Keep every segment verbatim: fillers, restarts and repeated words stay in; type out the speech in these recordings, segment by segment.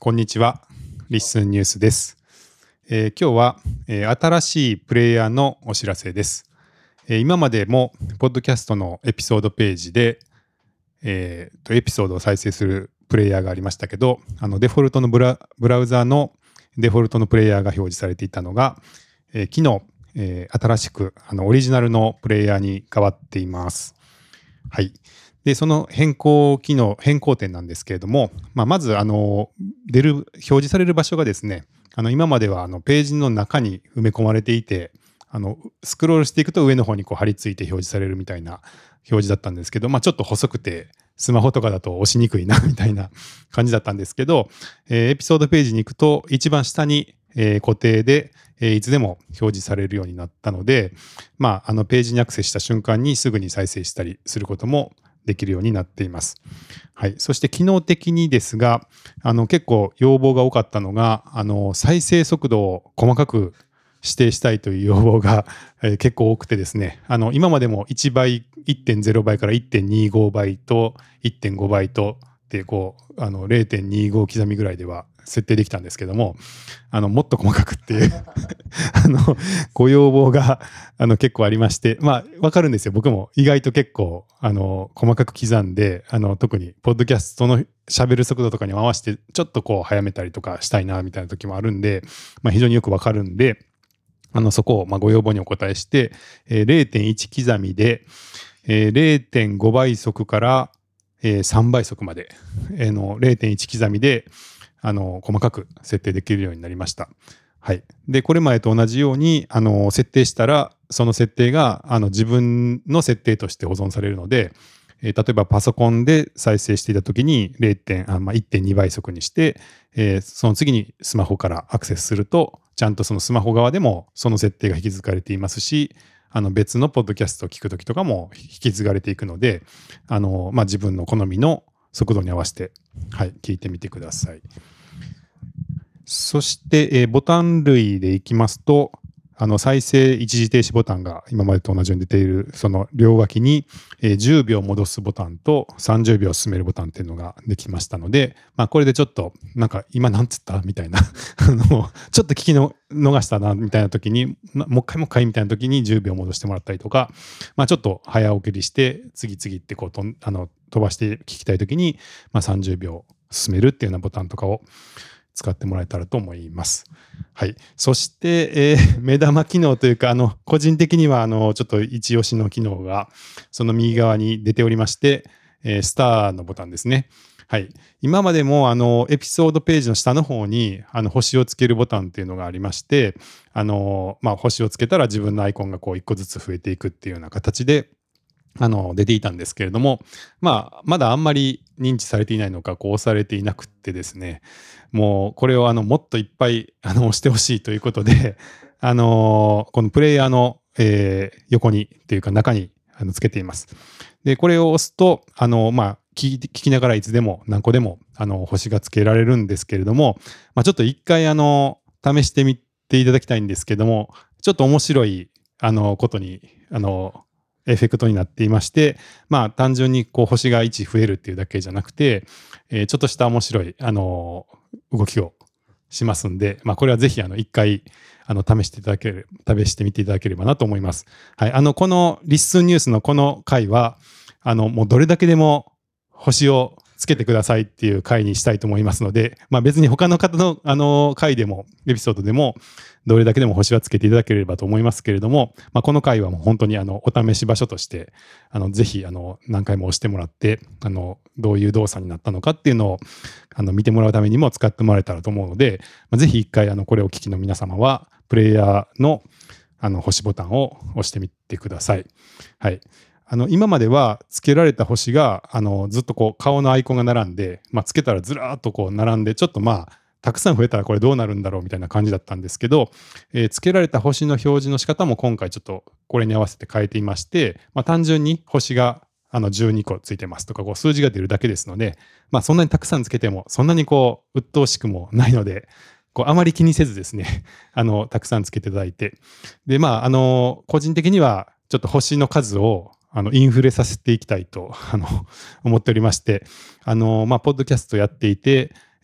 こんにちは。リッスンニュースです。えー今日は、えー新しいプレイヤーのお知らせです。えー今までもポッドキャストのエピソードページで、えーとエピソードを再生するプレイヤーがありましたけど、あのデフォルトのブラ、ブラウザーのデフォルトのプレイヤーが表示されていたのが、えー昨日、えー新しくあのオリジナルのプレイヤーに変わっています。はい。で、その変更機能、変更点なんですけれども、まあ、まず、あの、出る、表示される場所がですね、あの、今までは、あの、ページの中に埋め込まれていて、あの、スクロールしていくと上の方にこう貼り付いて表示されるみたいな表示だったんですけど、まあ、ちょっと細くて、スマホとかだと押しにくいな、みたいな感じだったんですけど、えーエピソードページに行くと、一番下に、えー固定で、えーいつでも表示されるようになったので、まあ、あのページにアクセスした瞬間にすぐに再生したりすることもできるようになっています。はい。そして機能的にですが、あの結構要望が多かったのが、あの再生速度を細かく指定したいという要望が、えー結構多くてですね、あの今までもいちばい、いってんゼロばいからいってんにじゅうごばいといってんごばいとでこうあの れいてんにじゅうご 刻みぐらいでは設定できたんですけども、あのもっと細かくっていうあのご要望があの結構ありまして、まあわかるんですよ。僕も意外と結構あの細かく刻んで、あの特にポッドキャストの喋る速度とかに合わせてちょっとこう早めたりとかしたいなみたいな時もあるんで、まあ、非常によくわかるんで、あのそこをまあご要望にお答えして、えー、れいてんいち刻みで、えー、れいてんごばい速から、えー、さんばい速まで、えーの れいてんいち刻みであの細かく設定できるようになりました。はい、でこれまでと同じようにあの設定したらその設定があの自分の設定として保存されるので、えー例えばパソコンで再生していた時にれいてんあ、まあ、いってんにばい速にして、えーその次にスマホからアクセスするとちゃんとそのスマホ側でもその設定が引き継がれていますし、あの別のポッドキャストを聞く時とかも引き継がれていくので、あの、まあ、自分の好みの速度に合わせて、はい、聞いてみてください。そして、えーボタン類でいきますと、あの再生一時停止ボタンが今までと同じように出ているその両脇に、えーじゅうびょう戻すボタンとさんじゅうびょう進めるボタンっていうのができましたので、まあ、これでちょっとなんか今なんつったみたいなあのちょっと聞きの逃したなみたいな時になもう一回もう一回みたいな時にじゅうびょう戻してもらったりとか、まあ、ちょっと早送りして次々ってこうとんあの飛ばして聞きたい時に、まあ、さんじゅうびょう進めるっていうようなボタンとかを使ってもらえたらと思います。はい。そして、えー目玉機能というか、あの、個人的には、あの、ちょっと一押しの機能が、その右側に出ておりまして、えースターのボタンですね。はい。今までも、あの、エピソードページの下の方に、あの、星をつけるボタンっていうのがありまして、あの、まあ、星をつけたら自分のアイコンがこう、一個ずつ増えていくっていうような形で、あの出ていたんですけれども、まあ、まだあんまり認知されていないのか、こう押されていなくってですね、もうこれをあのもっといっぱいあの押してほしいということで、あのこのプレイヤーの、えー横にというか中にあのつけています。で、これを押すと、あのまあ、聞き聞きながらいつでも何個でもあの星がつけられるんですけれども、まあ、ちょっと一回あの試してみていただきたいんですけども、ちょっと面白いあのことにあのエフェクトになっていまして、まあ単純にこう星がいち増えるっていうだけじゃなくて、えーちょっとした面白い、あのー動きをしますんで、まあこれはぜひあの一回あの試していただければ、試してみていただければなと思います。はい、あのこのリッスンニュースのこの回は、あのもうどれだけでも星をつけてくださいっていう回にしたいと思いますので、まあ、別に他の方の、あの回でもエピソードでもどれだけでも星はつけていただければと思いますけれども、まあ、この回はもう本当にあのお試し場所としてあのぜひあの何回も押してもらってあのどういう動作になったのかっていうのをあの見てもらうためにも使ってもらえたらと思うので、まあ、ぜひ一回あのこれをお聞きの皆様はプレイヤーのあの星ボタンを押してみてください。はい。あの今まではつけられた星があのずっとこう顔のアイコンが並んで、まあ、つけたらずらーっとこう並んでちょっとまあたくさん増えたらこれどうなるんだろうみたいな感じだったんですけど、えーつけられた星の表示の仕方も今回ちょっとこれに合わせて変えていまして、まあ、単純に星があのじゅうにこついてますとかこう数字が出るだけですので、まあ、そんなにたくさんつけてもそんなにこう鬱陶しくもないので、こうあまり気にせずですねあのたくさんつけていただいて、でまああの個人的にはちょっと星の数をあのインフレさせていきたいとあの思っておりまして、あの、まあ、ポッドキャストやっていて、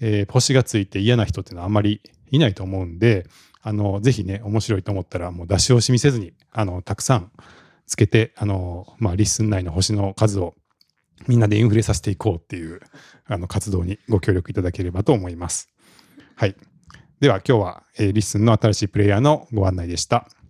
えー星がついて嫌な人っていうのはあんまりいないと思うんで、あのぜひね、面白いと思ったらもう出し惜しみせずにあのたくさんつけて、あの、まあ、リッスン内の星の数をみんなでインフレさせていこうっていうあの活動にご協力いただければと思います。はい。では今日は、えーリッスンの新しいプレイヤーのご案内でした。